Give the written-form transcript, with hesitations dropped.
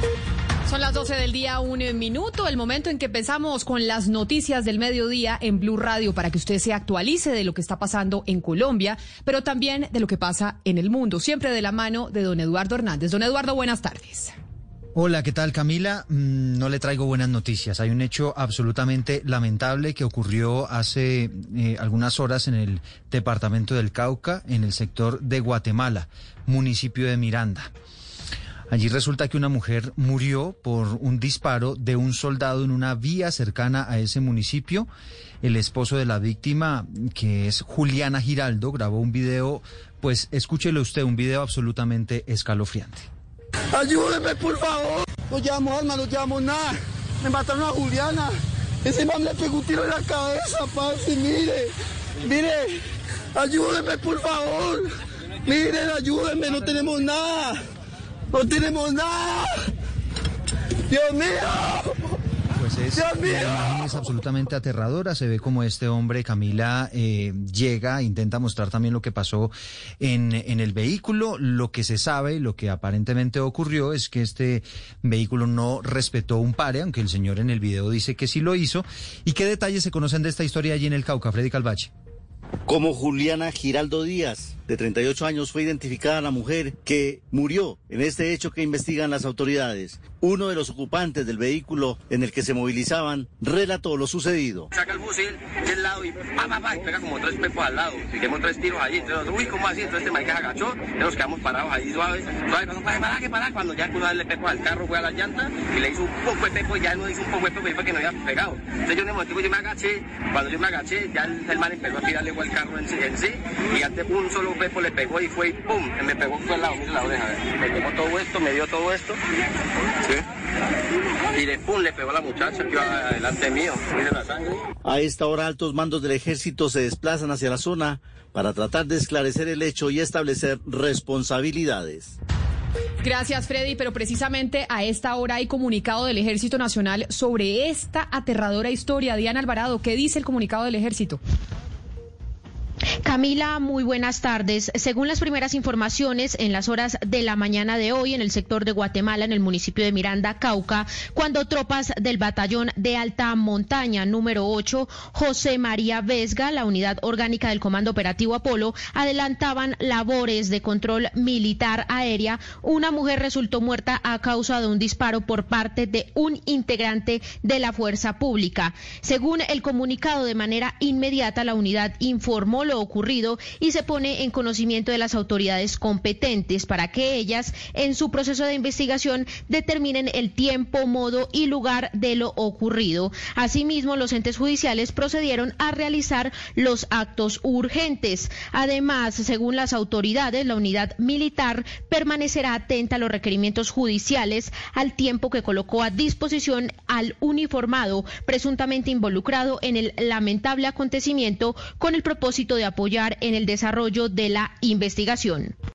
Son las 12 del día, 1 minuto, el momento en que empezamos con las noticias del mediodía en Blue Radio para que usted se actualice de lo que está pasando en Colombia, pero también de lo que pasa en el mundo, siempre de la mano de don Eduardo Hernández. Don Eduardo, buenas tardes. Hola, ¿qué tal, Camila? No le traigo buenas noticias. Hay un hecho absolutamente lamentable que ocurrió hace algunas horas en el departamento del Cauca, en el sector de Guatemala, municipio de Miranda. Allí resulta que una mujer murió por un disparo de un soldado en una vía cercana a ese municipio. El esposo de la víctima, que es Juliana Giraldo, grabó un video, pues escúchelo usted, un video absolutamente escalofriante. Ayúdeme, por favor. No llevamos armas, no llevamos nada. Me mataron a Juliana. Ese man le pegó un tiro en la cabeza, parce. Mire. Ayúdeme, por favor. Miren, ayúdenme, no tenemos nada. ¡No tenemos nada! ¡Dios mío! Pues la imagen es absolutamente aterradora. Se ve como este hombre, Camila, llega, intenta mostrar también lo que pasó en el vehículo. Lo que se sabe, lo que aparentemente ocurrió es que este vehículo no respetó un pare, aunque el señor en el video dice que sí lo hizo. ¿Y qué detalles se conocen de esta historia allí en el Cauca, Freddy Calvache? Como Juliana Giraldo Díaz, de 38 años, fue identificada la mujer que murió en este hecho que investigan las autoridades. Uno de los ocupantes del vehículo en el que se movilizaban relató lo sucedido. Saca el fusil del lado y y pega como 3 pepos al lado. Hicimos 3 tiros allí. Entonces, uy, ¿cómo así? Entonces este marica se agachó y nos quedamos parados ahí suaves. Cuando ya pudo darle pepo al carro, fue a la llanta y le hizo un poco de pepo y ya no hizo un poco de pepo y fue que no había pegado. Entonces yo en el momento yo me agaché. Cuando yo me agaché, ya el man empezó a tirarle al carro en sí y antes un solo pepo le pegó y fue y pum, me pegó por el lado, mire la oreja, me pegó todo esto, me dio todo esto, ¿sí? Y de pum le pegó a la muchacha que iba delante mío, mire la sangre. A esta hora altos mandos del ejército se desplazan hacia la zona para tratar de esclarecer el hecho y establecer responsabilidades. Gracias, Freddy, pero precisamente a esta hora hay comunicado del Ejército Nacional sobre esta aterradora historia. Diana Alvarado, ¿qué dice el comunicado del Ejército? Camila, muy buenas tardes. Según las primeras informaciones, en las horas de la mañana de hoy, en el sector de Guatemala, en el municipio de Miranda, Cauca, cuando tropas del batallón de alta montaña número 8, José María Vesga, la unidad orgánica del Comando Operativo Apolo, adelantaban labores de control militar aérea, una mujer resultó muerta a causa de un disparo por parte de un integrante de la fuerza pública. Según el comunicado, de manera inmediata, la unidad informó lo ocurrido y se pone en conocimiento de las autoridades competentes para que ellas, en su proceso de investigación, determinen el tiempo, modo y lugar de lo ocurrido. Asimismo, los entes judiciales procedieron a realizar los actos urgentes. Además, según las autoridades, la unidad militar permanecerá atenta a los requerimientos judiciales al tiempo que colocó a disposición al uniformado presuntamente involucrado en el lamentable acontecimiento con el propósito de apoyar en el desarrollo de la investigación.